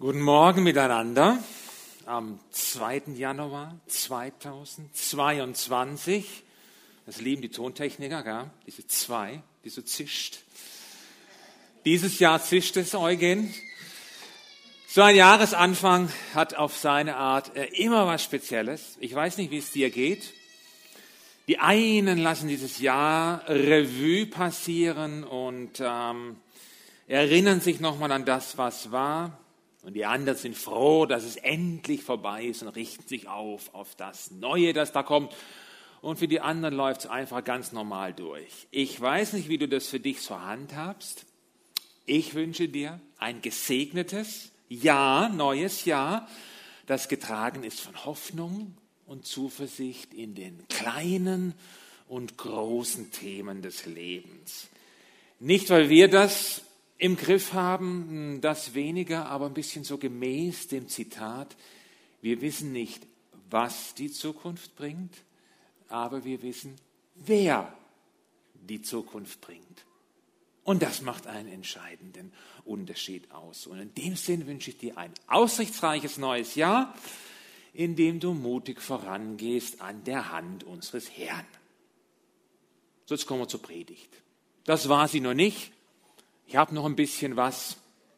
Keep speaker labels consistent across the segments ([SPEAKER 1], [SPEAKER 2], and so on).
[SPEAKER 1] Guten Morgen miteinander am 2. Januar 2022. Das lieben die Tontechniker, gell? Diese 2, die so zischt. Dieses Jahr zischt es, Eugen. So ein Jahresanfang hat auf seine Art immer was Spezielles. Ich weiß nicht, wie es dir geht. Die einen lassen dieses Jahr Revue passieren und erinnern sich nochmal an das, was war. Und die anderen sind froh, dass es endlich vorbei ist und richten sich auf das Neue, das da kommt. Und für die anderen läuft es einfach ganz normal durch. Ich weiß nicht, wie du das für dich so handhabst. Ich wünsche dir ein gesegnetes Jahr, neues Jahr, das getragen ist von Hoffnung und Zuversicht in den kleinen und großen Themen des Lebens. Nicht, weil wir das im Griff haben, das weniger, aber ein bisschen so gemäß dem Zitat, wir wissen nicht, was die Zukunft bringt, aber wir wissen, wer die Zukunft bringt. Und das macht einen entscheidenden Unterschied aus. Und in dem Sinn wünsche ich dir ein aussichtsreiches neues Jahr, in dem du mutig vorangehst an der Hand unseres Herrn. So, jetzt kommen wir zur Predigt. Das war sie noch nicht. Ich habe noch ein bisschen was.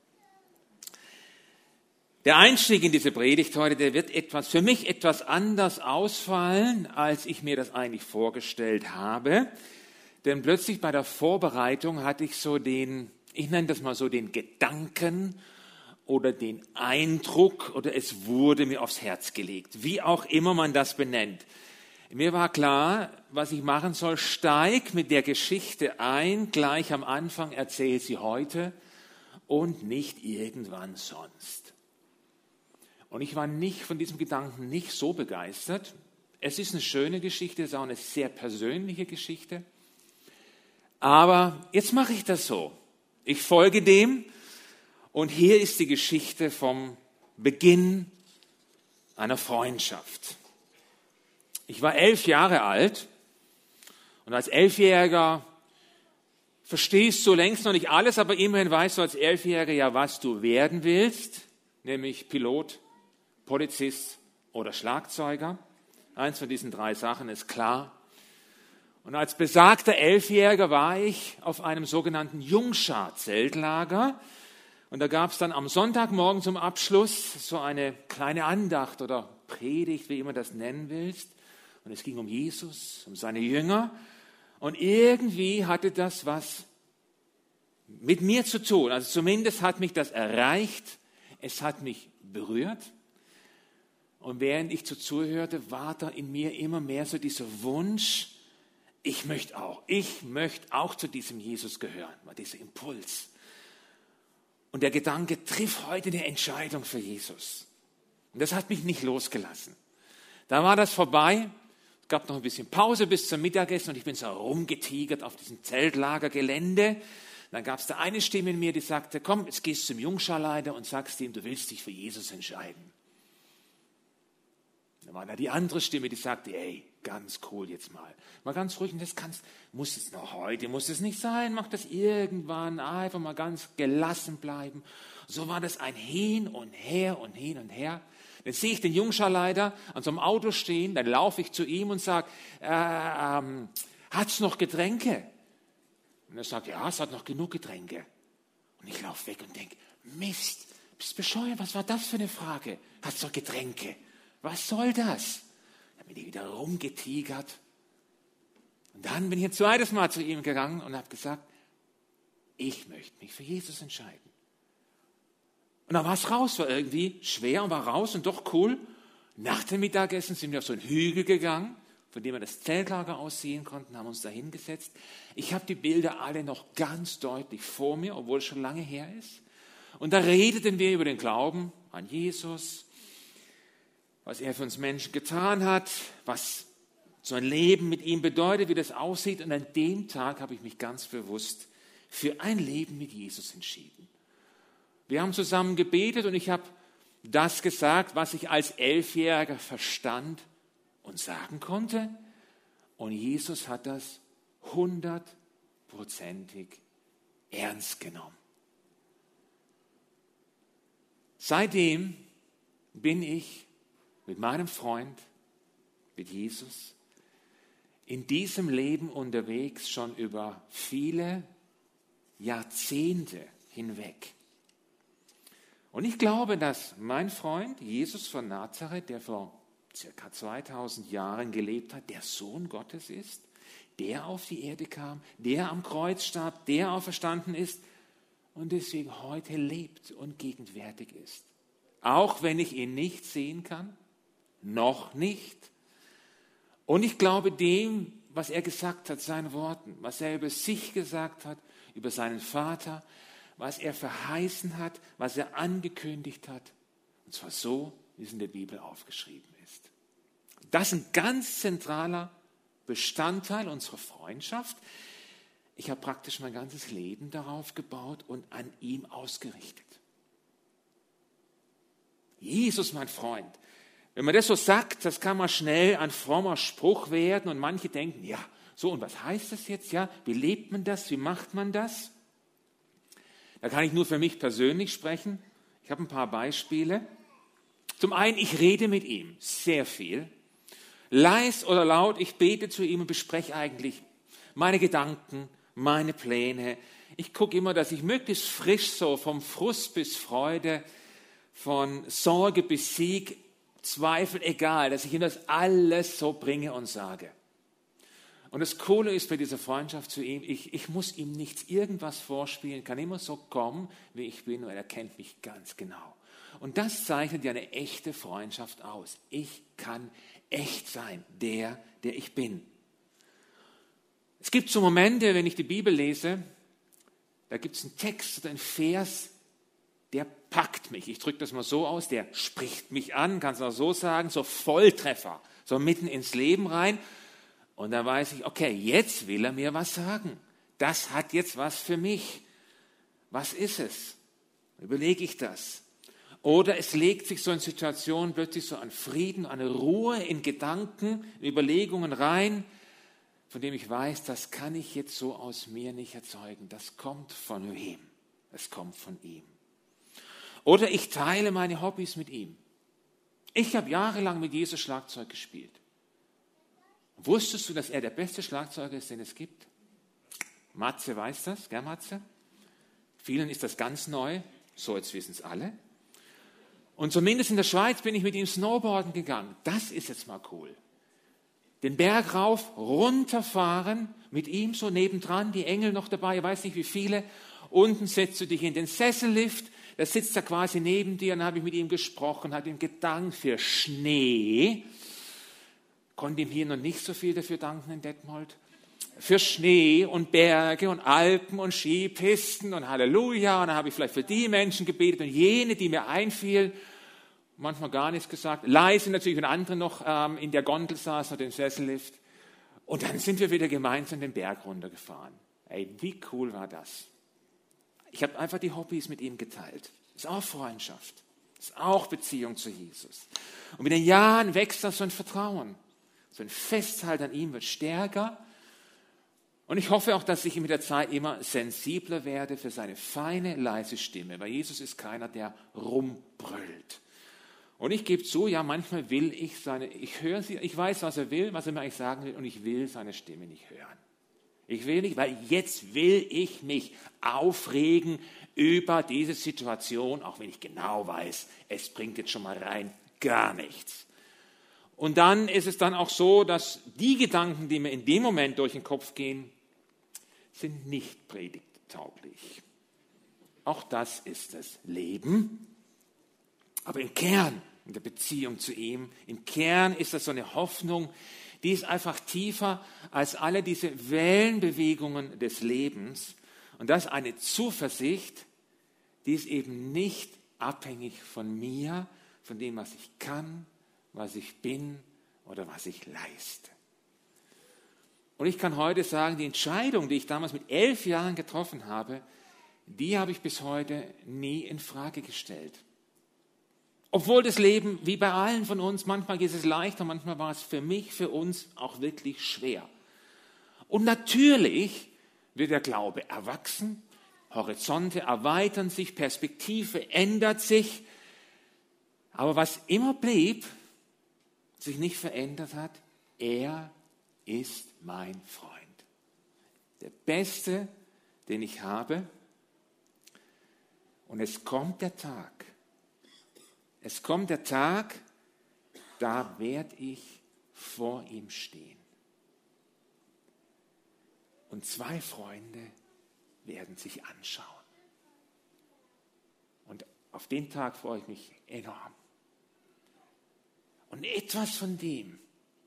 [SPEAKER 1] Der Einstieg in diese Predigt heute, der wird für mich etwas anders ausfallen, als ich mir das eigentlich vorgestellt habe. Denn plötzlich bei der Vorbereitung hatte ich ich nenne das mal so den Gedanken oder den Eindruck oder es wurde mir aufs Herz gelegt, wie auch immer man das benennt. Mir war klar, was ich machen soll, steig mit der Geschichte ein, gleich am Anfang erzähl sie heute und nicht irgendwann sonst. Und ich war von diesem Gedanken nicht so begeistert. Es ist eine schöne Geschichte, es ist auch eine sehr persönliche Geschichte. Aber jetzt mache ich das so. Ich folge dem und hier ist die Geschichte vom Beginn einer Freundschaft. Ich war 11 Jahre alt und als 11-Jähriger verstehst du längst noch nicht alles, aber immerhin weißt du als 11-Jähriger ja, was du werden willst, nämlich Pilot, Polizist oder Schlagzeuger. Eins von diesen 3 Sachen ist klar. Und als besagter 11-Jähriger war ich auf einem sogenannten Jungschar-Zeltlager. Und da gab es dann am Sonntagmorgen zum Abschluss so eine kleine Andacht oder Predigt, wie immer das nennen willst. Und es ging um Jesus, um seine Jünger. Und irgendwie hatte das was mit mir zu tun. Also zumindest hat mich das erreicht. Es hat mich berührt. Und während ich zuhörte, war da in mir immer mehr so dieser Wunsch, ich möchte auch zu diesem Jesus gehören, war dieser Impuls. Und der Gedanke, triff heute eine Entscheidung für Jesus. Und das hat mich nicht losgelassen. Da war das vorbei. Es gab noch ein bisschen Pause bis zum Mittagessen und ich bin so rumgetigert auf diesem Zeltlagergelände. Dann gab es da eine Stimme in mir, die sagte, komm, jetzt gehst du zum Jungscharleiter und sagst ihm, du willst dich für Jesus entscheiden. Dann war da die andere Stimme, die sagte, ey, ganz cool jetzt mal ganz ruhig, und muss es noch heute, muss es nicht sein, mach das irgendwann, einfach mal ganz gelassen bleiben. So war das ein Hin und Her und Hin und Her. Dann sehe ich den Jungscharleiter an so einem Auto stehen, dann laufe ich zu ihm und sage, hat's noch Getränke? Und er sagt, ja, es hat noch genug Getränke. Und ich laufe weg und denke, Mist, bist du bescheuert, was war das für eine Frage? Hat's noch Getränke? Was soll das? Dann bin ich wieder rumgetigert. Und dann bin ich ein zweites Mal zu ihm gegangen und habe gesagt, ich möchte mich für Jesus entscheiden. Und dann war es raus, war irgendwie schwer und war raus und doch cool. Nach dem Mittagessen sind wir auf so einen Hügel gegangen, von dem wir das Zeltlager aus sehen konnten, haben uns da hingesetzt. Ich habe die Bilder alle noch ganz deutlich vor mir, obwohl es schon lange her ist. Und da redeten wir über den Glauben an Jesus, was er für uns Menschen getan hat, was so ein Leben mit ihm bedeutet, wie das aussieht. Und an dem Tag habe ich mich ganz bewusst für ein Leben mit Jesus entschieden. Wir haben zusammen gebetet und ich habe das gesagt, was ich als 11-Jähriger verstand und sagen konnte. Und Jesus hat das 100%ig ernst genommen. Seitdem bin ich mit meinem Freund, mit Jesus, in diesem Leben unterwegs schon über viele Jahrzehnte hinweg. Und ich glaube, dass mein Freund Jesus von Nazareth, der vor circa 2000 Jahren gelebt hat, der Sohn Gottes ist, der auf die Erde kam, der am Kreuz starb, der auferstanden ist und deswegen heute lebt und gegenwärtig ist. Auch wenn ich ihn nicht sehen kann, noch nicht. Und ich glaube dem, was er gesagt hat, seinen Worten, was er über sich gesagt hat, über seinen Vater, was er verheißen hat, was er angekündigt hat. Und zwar so, wie es in der Bibel aufgeschrieben ist. Das ist ein ganz zentraler Bestandteil unserer Freundschaft. Ich habe praktisch mein ganzes Leben darauf gebaut und an ihm ausgerichtet. Jesus, mein Freund. Wenn man das so sagt, das kann mal schnell ein frommer Spruch werden und manche denken, ja, so und was heißt das jetzt? Ja, wie lebt man das? Wie macht man das? Da kann ich nur für mich persönlich sprechen. Ich habe ein paar Beispiele. Zum einen, ich rede mit ihm sehr viel. Leis oder laut, ich bete zu ihm und bespreche eigentlich meine Gedanken, meine Pläne. Ich gucke immer, dass ich möglichst frisch so vom Frust bis Freude, von Sorge bis Sieg, Zweifel, egal, dass ich ihm das alles so bringe und sage. Und das Coole ist bei dieser Freundschaft zu ihm, ich muss ihm nichts irgendwas vorspielen, kann immer so kommen, wie ich bin, weil er kennt mich ganz genau. Und das zeichnet ja eine echte Freundschaft aus. Ich kann echt sein, der ich bin. Es gibt so Momente, wenn ich die Bibel lese, da gibt es einen Text oder einen Vers, der packt mich. Ich drücke das mal so aus, der spricht mich an, kann es auch so sagen, so Volltreffer, so mitten ins Leben rein. Und da weiß ich, okay, jetzt will er mir was sagen. Das hat jetzt was für mich. Was ist es? Überlege ich das? Oder es legt sich so in Situationen plötzlich so an Frieden, an Ruhe in Gedanken, in Überlegungen rein, von dem ich weiß, das kann ich jetzt so aus mir nicht erzeugen. Das kommt von wem? Es kommt von ihm. Oder ich teile meine Hobbys mit ihm. Ich habe jahrelang mit Jesus Schlagzeug gespielt. Wusstest du, dass er der beste Schlagzeuger ist, den es gibt? Matze weiß das, gell Matze? Vielen ist das ganz neu, so jetzt wissen es alle. Und zumindest in der Schweiz bin ich mit ihm Snowboarden gegangen. Das ist jetzt mal cool. Den Berg rauf, runterfahren, mit ihm so nebendran, die Engel noch dabei, ich weiß nicht wie viele. Unten setzt du dich in den Sessellift, da sitzt er quasi neben dir, und dann habe ich mit ihm gesprochen, habe ihm gedankt für Schnee. Konnte ihm hier noch nicht so viel dafür danken in Detmold. Für Schnee und Berge und Alpen und Skipisten und Halleluja. Und dann habe ich vielleicht für die Menschen gebetet und jene, die mir einfielen. Manchmal gar nichts gesagt. Leise natürlich, wenn andere noch in der Gondel saßen oder im Sessellift. Und dann sind wir wieder gemeinsam den Berg runtergefahren. Ey, wie cool war das? Ich habe einfach die Hobbys mit ihm geteilt. Das ist auch Freundschaft. Das ist auch Beziehung zu Jesus. Und mit den Jahren wächst das so ein Vertrauen. So ein Festhalten an ihm wird stärker. Und ich hoffe auch, dass ich mit der Zeit immer sensibler werde für seine feine, leise Stimme. Weil Jesus ist keiner, der rumbrüllt. Und ich gebe zu, ja, manchmal will ich höre sie, ich weiß, was er will, was er mir eigentlich sagen will, und ich will seine Stimme nicht hören. Ich will nicht, weil jetzt will ich mich aufregen über diese Situation, auch wenn ich genau weiß, es bringt jetzt schon mal rein gar nichts. Und dann ist es dann auch so, dass die Gedanken, die mir in dem Moment durch den Kopf gehen, sind nicht predigttauglich. Auch das ist das Leben. Aber im Kern, in der Beziehung zu ihm, im Kern ist das so eine Hoffnung, die ist einfach tiefer als alle diese Wellenbewegungen des Lebens. Und das ist eine Zuversicht, die ist eben nicht abhängig von mir, von dem, was ich kann, was ich bin oder was ich leiste. Und ich kann heute sagen, die Entscheidung, die ich damals mit 11 Jahren getroffen habe, die habe ich bis heute nie in Frage gestellt. Obwohl das Leben, wie bei allen von uns, manchmal ist es leichter, manchmal war es für mich, für uns auch wirklich schwer. Und natürlich wird der Glaube erwachsen, Horizonte erweitern sich, Perspektive ändert sich. Aber was immer blieb, sich nicht verändert hat, er ist mein Freund. Der Beste, den ich habe. Und es kommt der Tag, da werde ich vor ihm stehen. Und zwei Freunde werden sich anschauen. Und auf den Tag freue ich mich enorm. Und etwas von dem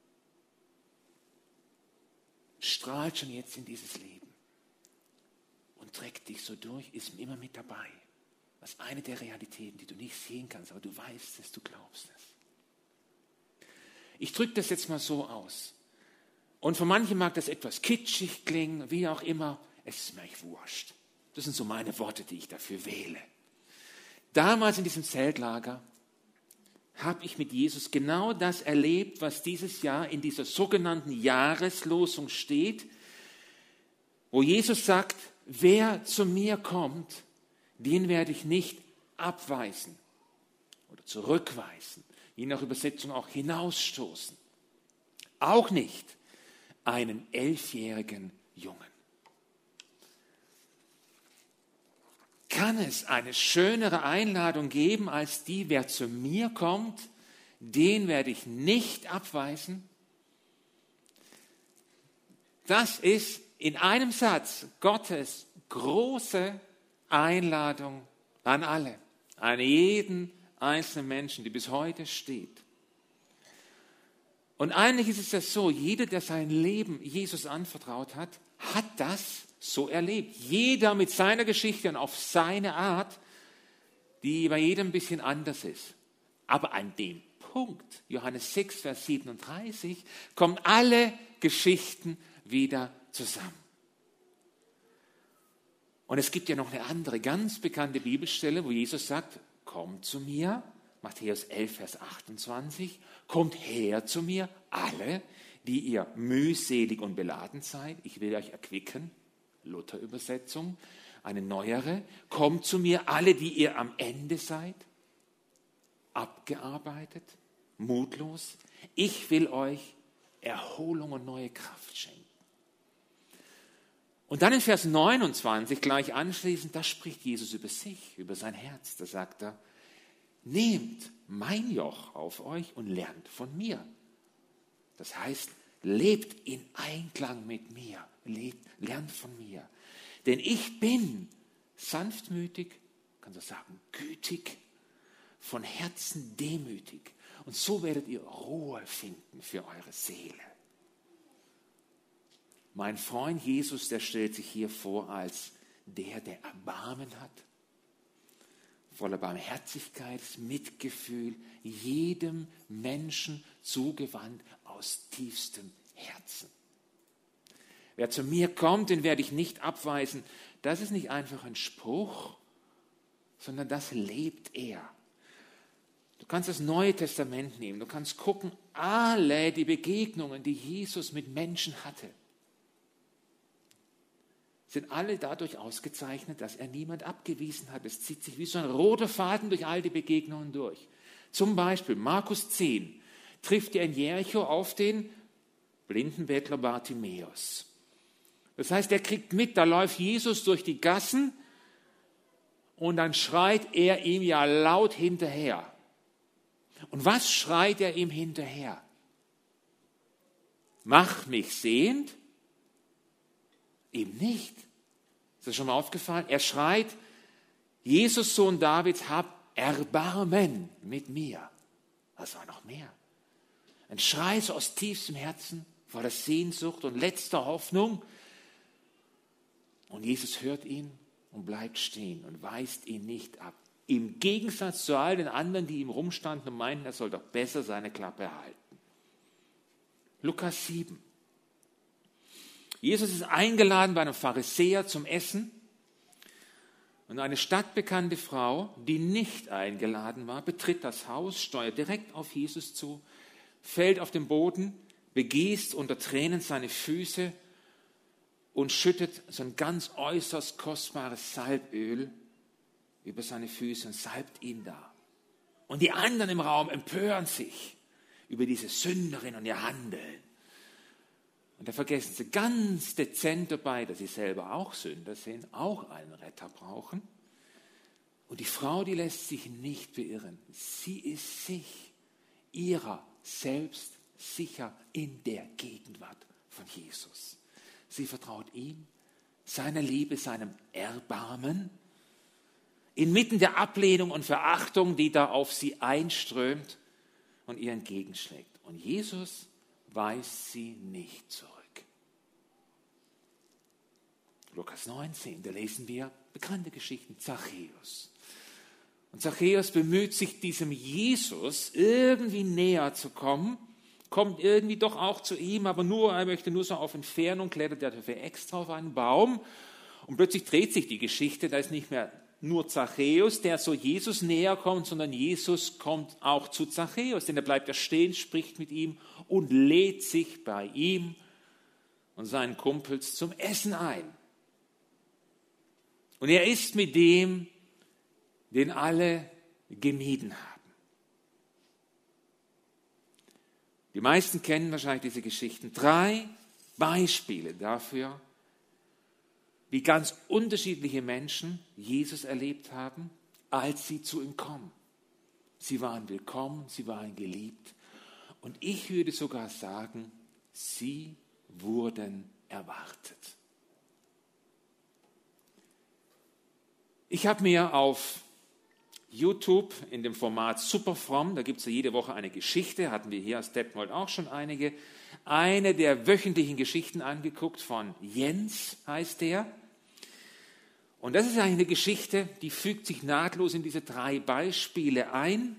[SPEAKER 1] strahlt schon jetzt in dieses Leben und trägt dich so durch, ist immer mit dabei. Das ist eine der Realitäten, die du nicht sehen kannst, aber du weißt es, du glaubst es. Ich drücke das jetzt mal so aus. Und für manche mag das etwas kitschig klingen, wie auch immer. Es ist mir echt wurscht. Das sind so meine Worte, die ich dafür wähle. Damals in diesem Zeltlager habe ich mit Jesus genau das erlebt, was dieses Jahr in dieser sogenannten Jahreslosung steht, wo Jesus sagt, wer zu mir kommt, den werde ich nicht abweisen oder zurückweisen, je nach Übersetzung auch hinausstoßen. Auch nicht einen 11-jährigen Jungen. Kann es eine schönere Einladung geben, als die, wer zu mir kommt, den werde ich nicht abweisen? Das ist in einem Satz Gottes große Einladung an alle, an jeden einzelnen Menschen, die bis heute steht. Und eigentlich ist es ja so, jeder, der sein Leben Jesus anvertraut hat, hat das so erlebt. Jeder mit seiner Geschichte und auf seine Art, die bei jedem ein bisschen anders ist. Aber an dem Punkt, Johannes 6, Vers 37, kommen alle Geschichten wieder zusammen. Und es gibt ja noch eine andere, ganz bekannte Bibelstelle, wo Jesus sagt, kommt zu mir, Matthäus 11, Vers 28, kommt her zu mir, alle, die ihr mühselig und beladen seid, ich will euch erquicken, Luther-Übersetzung, eine neuere, kommt zu mir, alle, die ihr am Ende seid, abgearbeitet, mutlos, ich will euch Erholung und neue Kraft schenken. Und dann in Vers 29, gleich anschließend, da spricht Jesus über sich, über sein Herz. Da sagt er, nehmt mein Joch auf euch und lernt von mir. Das heißt, lebt in Einklang mit mir, lernt von mir. Denn ich bin sanftmütig, kannst du sagen, gütig, von Herzen demütig. Und so werdet ihr Ruhe finden für eure Seele. Mein Freund Jesus, der stellt sich hier vor als der Erbarmen hat, voller Barmherzigkeit, Mitgefühl, jedem Menschen zugewandt aus tiefstem Herzen. Wer zu mir kommt, den werde ich nicht abweisen. Das ist nicht einfach ein Spruch, sondern das lebt er. Du kannst das Neue Testament nehmen, du kannst gucken, alle die Begegnungen, die Jesus mit Menschen hatte, sind alle dadurch ausgezeichnet, dass er niemand abgewiesen hat. Es zieht sich wie so ein roter Faden durch all die Begegnungen durch. Zum Beispiel Markus 10 trifft er in Jericho auf den blinden Bettler Bartimäus. Das heißt, er kriegt mit, da läuft Jesus durch die Gassen und dann schreit er ihm ja laut hinterher. Und was schreit er ihm hinterher? Mach mich sehend? Eben nicht. Ist das schon mal aufgefallen? Er schreit, Jesus, Sohn Davids, hab Erbarmen mit mir. Was war noch mehr? Ein Schrei so aus tiefstem Herzen, voller Sehnsucht und letzter Hoffnung. Und Jesus hört ihn und bleibt stehen und weist ihn nicht ab. Im Gegensatz zu all den anderen, die ihm rumstanden und meinten, er soll doch besser seine Klappe halten. Lukas 7. Jesus ist eingeladen bei einem Pharisäer zum Essen und eine stadtbekannte Frau, die nicht eingeladen war, betritt das Haus, steuert direkt auf Jesus zu, fällt auf den Boden, begießt unter Tränen seine Füße und schüttet so ein ganz äußerst kostbares Salböl über seine Füße und salbt ihn da. Und die anderen im Raum empören sich über diese Sünderin und ihr Handeln. Und da vergessen sie ganz dezent dabei, dass sie selber auch Sünder sind, auch einen Retter brauchen. Und die Frau, die lässt sich nicht beirren. Sie ist sich ihrer selbst sicher in der Gegenwart von Jesus. Sie vertraut ihm, seiner Liebe, seinem Erbarmen, inmitten der Ablehnung und Verachtung, die da auf sie einströmt und ihr entgegenschlägt. Und Jesus weist sie nicht zurück. Lukas 19, da lesen wir bekannte Geschichten, Zachäus. Und Zachäus bemüht sich, diesem Jesus irgendwie näher zu kommen, kommt irgendwie doch auch zu ihm, aber er möchte nur so auf Entfernung, klettert er dafür extra auf einen Baum und plötzlich dreht sich die Geschichte, da ist nicht mehr nur Zachäus, der so Jesus näher kommt, sondern Jesus kommt auch zu Zachäus, denn er bleibt da stehen, spricht mit ihm und lädt sich bei ihm und seinen Kumpels zum Essen ein. Und er isst mit dem, den alle gemieden haben. Die meisten kennen wahrscheinlich diese Geschichten. 3 Beispiele dafür, wie ganz unterschiedliche Menschen Jesus erlebt haben, als sie zu ihm kommen. Sie waren willkommen, sie waren geliebt. Und ich würde sogar sagen, sie wurden erwartet. Ich habe mir auf YouTube in dem Format Superfromm, da gibt es ja jede Woche eine Geschichte, hatten wir hier aus Detmold auch schon einige, eine der wöchentlichen Geschichten angeguckt von Jens, heißt der. Und das ist eigentlich eine Geschichte, die fügt sich nahtlos in diese 3 Beispiele ein.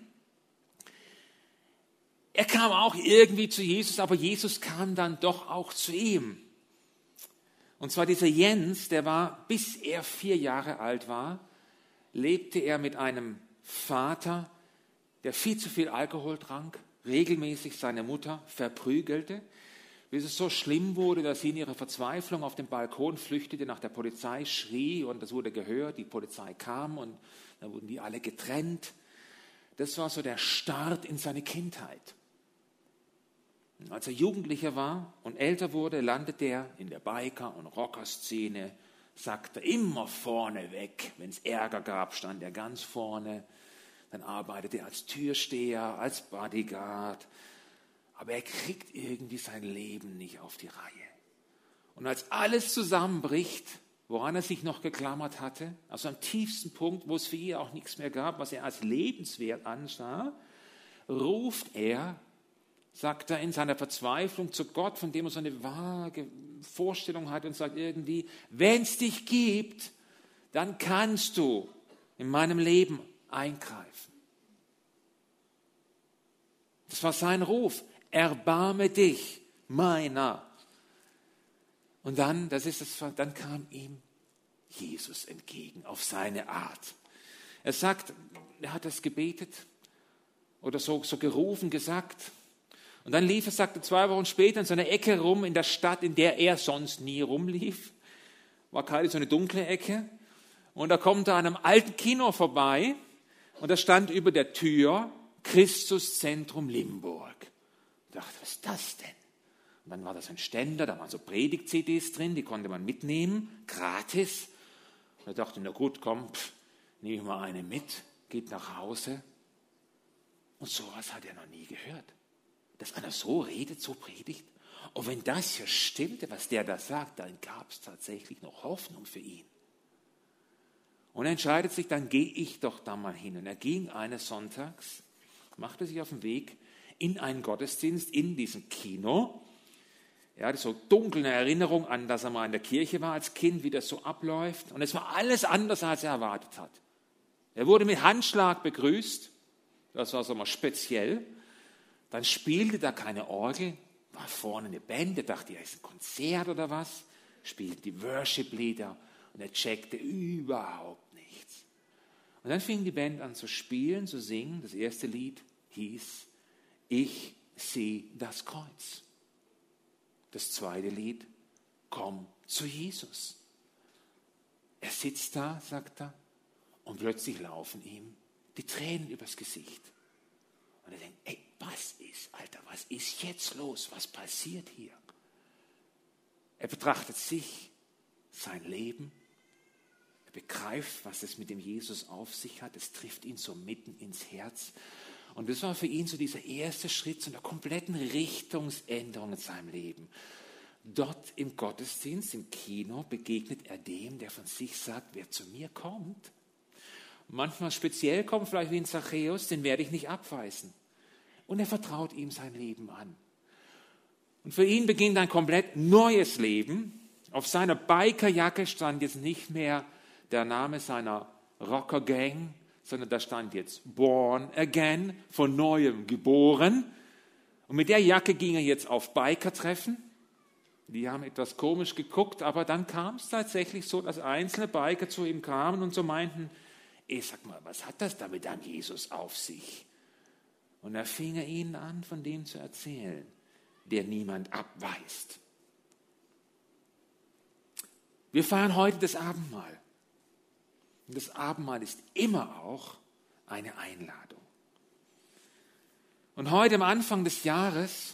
[SPEAKER 1] Er kam auch irgendwie zu Jesus, aber Jesus kam dann doch auch zu ihm. Und zwar dieser Jens, der war, bis er 4 Jahre alt war, lebte er mit einem Vater, der viel zu viel Alkohol trank, regelmäßig seine Mutter verprügelte, bis es so schlimm wurde, dass sie in ihrer Verzweiflung auf den Balkon flüchtete, nach der Polizei schrie und das wurde gehört, die Polizei kam und dann wurden die alle getrennt. Das war so der Start in seine Kindheit. Als er Jugendlicher war und älter wurde, landete er in der Biker- und Rocker-Szene, sagte immer vorne weg. Wenn es Ärger gab, stand er ganz vorne. Dann arbeitete er als Türsteher, als Bodyguard. Aber er kriegt irgendwie sein Leben nicht auf die Reihe. Und als alles zusammenbricht, woran er sich noch geklammert hatte, also am tiefsten Punkt, wo es für ihn auch nichts mehr gab, was er als lebenswert ansah, ruft er, sagt er in seiner Verzweiflung zu Gott, von dem er so eine vage Vorstellung hat und sagt irgendwie, wenn es dich gibt, dann kannst du in meinem Leben eingreifen. Das war sein Ruf. Erbarme dich meiner. Und dann, dann kam ihm Jesus entgegen auf seine Art. Er sagt, er hat das gebetet oder so gerufen, gesagt. Und dann lief er, sagte 2 Wochen später, in so einer Ecke rum in der Stadt, in der er sonst nie rumlief. War keine so eine dunkle Ecke. Und da kommt er an einem alten Kino vorbei und da stand über der Tür Christuszentrum Limburg. Ich dachte, was ist das denn? Und dann war da so ein Ständer, da waren so Predigt-CDs drin, die konnte man mitnehmen, gratis. Und er dachte, na gut, komm, nehme ich mal eine mit, geht nach Hause. Und sowas hat er noch nie gehört. Dass einer so redet, so predigt. Und wenn das hier stimmte, was der da sagt, dann gab es tatsächlich noch Hoffnung für ihn. Und er entscheidet sich, dann gehe ich doch da mal hin. Und er ging eines Sonntags, machte sich auf den Weg in einen Gottesdienst in diesem Kino. Er hatte so dunkle Erinnerung an, dass er mal in der Kirche war als Kind, wie das so abläuft. Und es war alles anders, als er erwartet hat. Er wurde mit Handschlag begrüßt. Das war so mal speziell. Dann spielte da keine Orgel, war vorne eine Band, er dachte, ja, ist ein Konzert oder was, spielte die Worship-Lieder und er checkte überhaupt nichts. Und dann fing die Band an zu spielen, zu singen. Das erste Lied hieß Ich sehe das Kreuz. Das zweite Lied, Komm zu Jesus. Er sitzt da, sagt er, und plötzlich laufen ihm die Tränen übers Gesicht. Und er denkt, ey, was ist jetzt los? Was passiert hier? Er betrachtet sich, sein Leben. Er begreift, was es mit dem Jesus auf sich hat. Es trifft ihn so mitten ins Herz. Und das war für ihn so dieser erste Schritt zu einer kompletten Richtungsänderung in seinem Leben. Dort im Gottesdienst, im Kino, begegnet er dem, der von sich sagt, wer zu mir kommt. Manchmal speziell kommt, vielleicht wie ein Zachäus, den werde ich nicht abweisen. Und er vertraut ihm sein Leben an. Und für ihn beginnt ein komplett neues Leben. Auf seiner Bikerjacke stand jetzt nicht mehr der Name seiner Rockergang, sondern da stand jetzt Born Again, von Neuem geboren. Und mit der Jacke ging er jetzt auf Biker-Treffen. Die haben etwas komisch geguckt, aber dann kam es tatsächlich so, dass einzelne Biker zu ihm kamen und so meinten, sag mal, was hat das da mit deinem Jesus auf sich? Und da fing er ihnen an, von dem zu erzählen, der niemand abweist. Wir feiern heute das Abendmahl. Und das Abendmahl ist immer auch eine Einladung. Und heute am Anfang des Jahres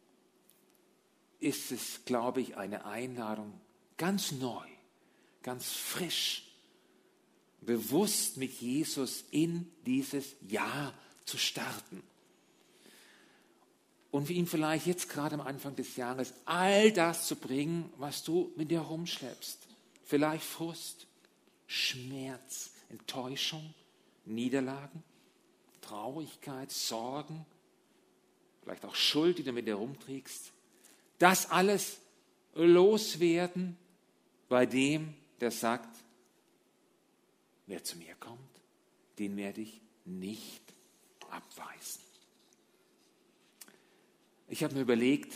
[SPEAKER 1] ist es, glaube ich, eine Einladung, ganz neu, ganz frisch, bewusst mit Jesus in dieses Jahr zu starten. Und ihm vielleicht jetzt gerade am Anfang des Jahres all das zu bringen, was du mit dir rumschleppst. Vielleicht Frust, Schmerz, Enttäuschung, Niederlagen, Traurigkeit, Sorgen, vielleicht auch Schuld, die du mit dir rumträgst. Das alles loswerden bei dem, der sagt, wer zu mir kommt, den werde ich nicht abweisen. Ich habe mir überlegt,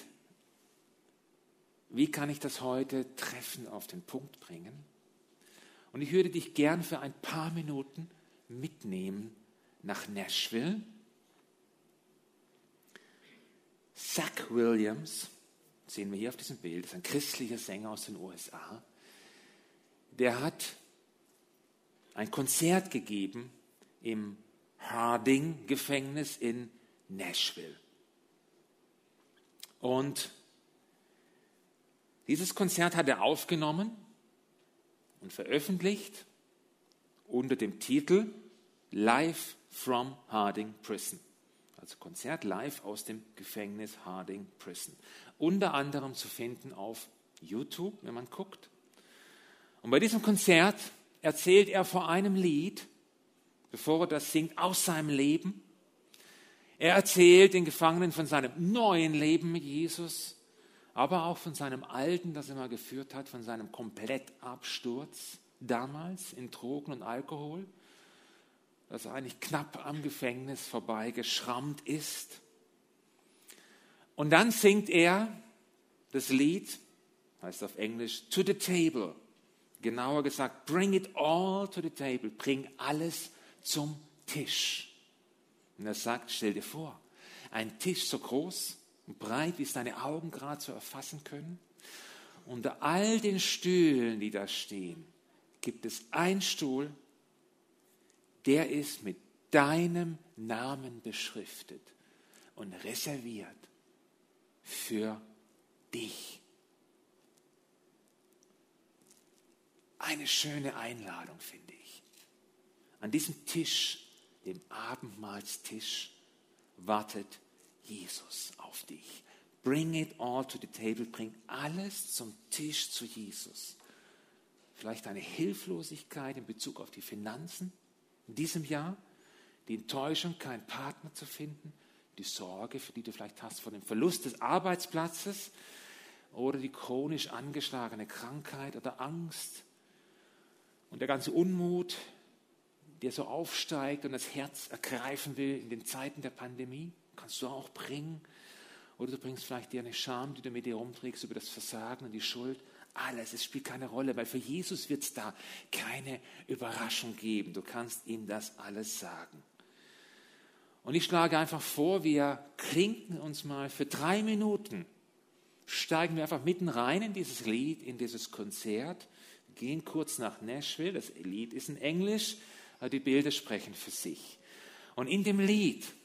[SPEAKER 1] wie kann ich das heute treffend auf den Punkt bringen? Und ich würde dich gern für ein paar Minuten mitnehmen nach Nashville. Zach Williams, sehen wir hier auf diesem Bild, ist ein christlicher Sänger aus den USA. Der hat ein Konzert gegeben im Harding-Gefängnis in Nashville. Und dieses Konzert hat er aufgenommen und veröffentlicht unter dem Titel Live from Harding Prison. Also Konzert live aus dem Gefängnis Harding Prison. Unter anderem zu finden auf YouTube, wenn man guckt. Und bei diesem Konzert erzählt er vor einem Lied, bevor er das singt, aus seinem Leben. Er erzählt den Gefangenen von seinem neuen Leben mit Jesus, aber auch von seinem alten, das er mal geführt hat, von seinem Komplettabsturz damals in Drogen und Alkohol, dass er eigentlich knapp am Gefängnis vorbeigeschrammt ist. Und dann singt er das Lied, heißt auf Englisch, To the Table. Genauer gesagt, bring it all to the table. Bring alles zum Tisch. Und er sagt, stell dir vor, ein Tisch so groß und breit, wie es deine Augen gerade so erfassen können. Unter all den Stühlen, die da stehen, gibt es einen Stuhl, der ist mit deinem Namen beschriftet und reserviert für dich. Eine schöne Einladung, finde ich. An diesem Tisch, dem Abendmahlstisch, wartet Jesus auf dich. Bring it all to the table. Bring alles zum Tisch zu Jesus. Vielleicht eine Hilflosigkeit in Bezug auf die Finanzen in diesem Jahr, die Enttäuschung, keinen Partner zu finden, die Sorge, für die du vielleicht hast vor dem Verlust des Arbeitsplatzes oder die chronisch angeschlagene Krankheit oder Angst und der ganze Unmut, der so aufsteigt und das Herz ergreifen will in den Zeiten der Pandemie, kannst du auch bringen. Oder du bringst vielleicht dir eine Scham, die du mit dir rumträgst über das Versagen und die Schuld. Alles, es spielt keine Rolle, weil für Jesus wird es da keine Überraschung geben. Du kannst ihm das alles sagen. Und ich schlage einfach vor, wir klinken uns mal für 3 Minuten, steigen wir einfach mitten rein in dieses Lied, in dieses Konzert, gehen kurz nach Nashville, das Lied ist in Englisch, aber die Bilder sprechen für sich. Und in dem Lied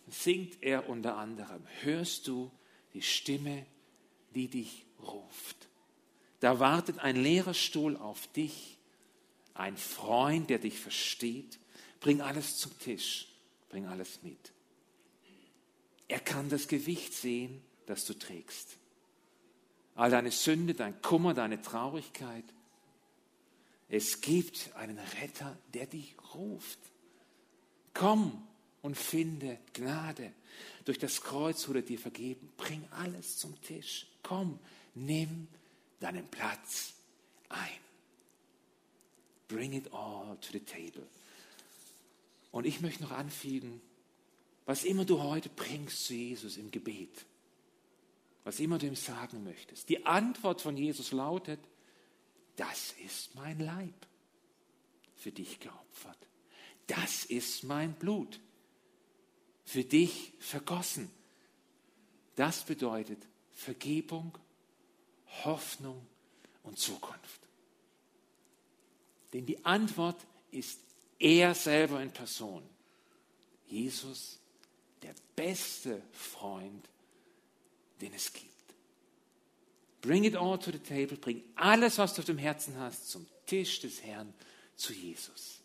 [SPEAKER 1] singt er unter anderem, hörst du die Stimme, die dich ruft. Da wartet ein leerer Stuhl auf dich, ein Freund, der dich versteht. Bring alles zum Tisch, bring alles mit. Er kann das Gewicht sehen, das du trägst. All deine Sünde, dein Kummer, deine Traurigkeit. Es gibt einen Retter, der dich ruft. Komm und finde Gnade. Durch das Kreuz wurde dir vergeben. Bring alles zum Tisch. Komm, nimm deinen Platz ein. Bring it all to the table. Und ich möchte noch anfügen, was immer du heute bringst zu Jesus im Gebet, was immer du ihm sagen möchtest, die Antwort von Jesus lautet, das ist mein Leib, für dich geopfert. Das ist mein Blut, für dich vergossen. Das bedeutet Vergebung, Hoffnung und Zukunft. Denn die Antwort ist er selber in Person. Jesus, der beste Freund, den es gibt. Bring it all to the table. Bring alles, was du auf dem Herzen hast, zum Tisch des Herrn, zu Jesus.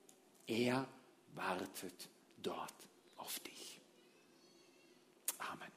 [SPEAKER 1] Er wartet dort auf dich. Amen.